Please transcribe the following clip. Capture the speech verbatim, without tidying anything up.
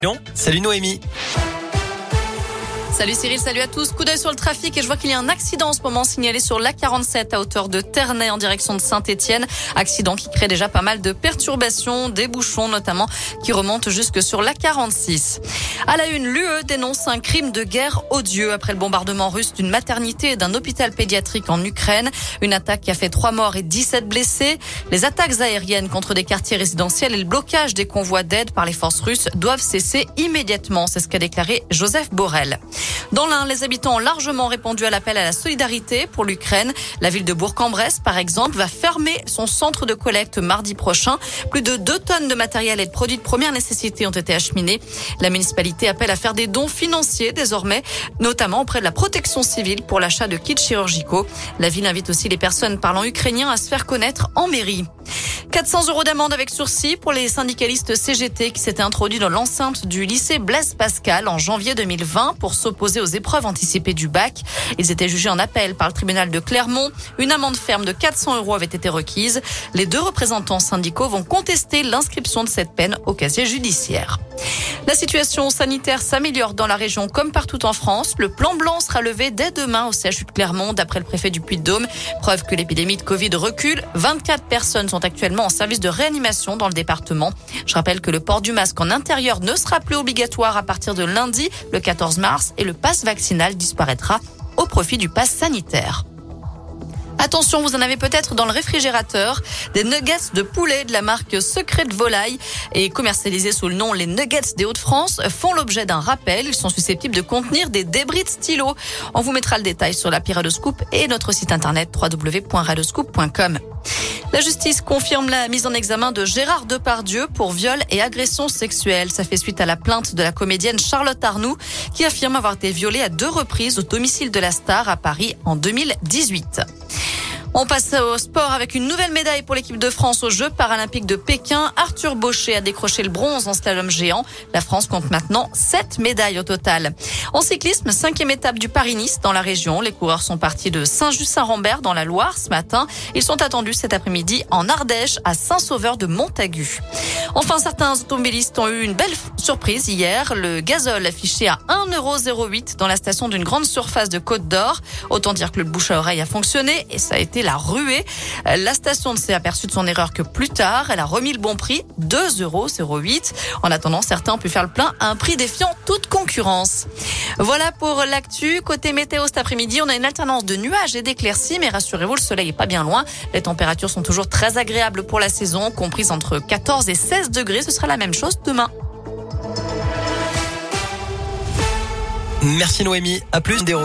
Lyon. Salut Noémie. Salut Cyril, salut à tous. Coup d'œil sur le trafic et je vois qu'il y a un accident en ce moment signalé sur l'A quarante-sept à hauteur de Ternay en direction de Saint-Étienne. Accident qui crée déjà pas mal de perturbations, des bouchons notamment qui remontent jusque sur l'A quarante-six. À la une, l'U E dénonce un crime de guerre odieux après le bombardement russe d'une maternité et d'un hôpital pédiatrique en Ukraine. Une attaque qui a fait trois morts et dix-sept blessés. Les attaques aériennes contre des quartiers résidentiels et le blocage des convois d'aide par les forces russes doivent cesser immédiatement. C'est ce qu'a déclaré Joseph Borrell. Dans l'Ain, les habitants ont largement répondu à l'appel à la solidarité pour l'Ukraine. La ville de Bourg-en-Bresse, par exemple, va fermer son centre de collecte mardi prochain. Plus de deux tonnes de matériel et de produits de première nécessité ont été acheminés. La municipalité appelle à faire des dons financiers désormais, notamment auprès de la protection civile pour l'achat de kits chirurgicaux. La ville invite aussi les personnes parlant ukrainien à se faire connaître en mairie. quatre cents euros d'amende avec sursis pour les syndicalistes C G T qui s'étaient introduits dans l'enceinte du lycée Blaise Pascal en janvier deux mille vingt pour s'opposer aux épreuves anticipées du bac. Ils étaient jugés en appel par le tribunal de Clermont. Une amende ferme de quatre cents euros avait été requise. Les deux représentants syndicaux vont contester l'inscription de cette peine au casier judiciaire. La situation sanitaire s'améliore dans la région comme partout en France. Le plan blanc sera levé dès demain au C H U de Clermont, d'après le préfet du Puy-de-Dôme. Preuve que l'épidémie de Covid recule. vingt-quatre personnes sont actuellement en service de réanimation dans le département. Je rappelle que le port du masque en intérieur ne sera plus obligatoire à partir de lundi, le quatorze mars, et le pass vaccinal disparaîtra au profit du pass sanitaire. Attention, vous en avez peut-être dans le réfrigérateur. Des nuggets de poulet de la marque Secret de Volaille et commercialisés sous le nom les Nuggets des Hauts-de-France font l'objet d'un rappel. Ils sont susceptibles de contenir des débris de stylo. On vous mettra le détail sur l'appli Radoscoop et notre site internet w w w point radoscoop point com. La justice confirme la mise en examen de Gérard Depardieu pour viol et agression sexuelle. Ça fait suite à la plainte de la comédienne Charlotte Arnoux qui affirme avoir été violée à deux reprises au domicile de la star à Paris en deux mille dix-huit. On passe au sport avec une nouvelle médaille pour l'équipe de France aux Jeux paralympiques de Pékin. Arthur Bauchet a décroché le bronze en slalom géant. La France compte maintenant sept médailles au total. En cyclisme, cinquième étape du Paris-Nice dans la région. Les coureurs sont partis de Saint-Just-Saint-Rambert dans la Loire ce matin. Ils sont attendus cet après-midi en Ardèche à Saint-Sauveur de Montagu. Enfin, certains automobilistes ont eu une belle surprise hier. Le gazole affiché à un euro zéro huit dans la station d'une grande surface de Côte d'Or. Autant dire que le bouche à oreille a fonctionné et ça a été la ruée. La station ne s'est aperçue de son erreur que plus tard. Elle a remis le bon prix, deux euros zéro huit. En attendant, certains ont pu faire le plein à un prix défiant toute concurrence. Voilà pour l'actu. Côté météo cet après-midi, on a une alternance de nuages et d'éclaircies, mais rassurez-vous, le soleil est pas bien loin. Les températures sont toujours très agréables pour la saison, comprises entre quatorze et seize degrés. Ce sera la même chose demain. Merci Noémie. À plus.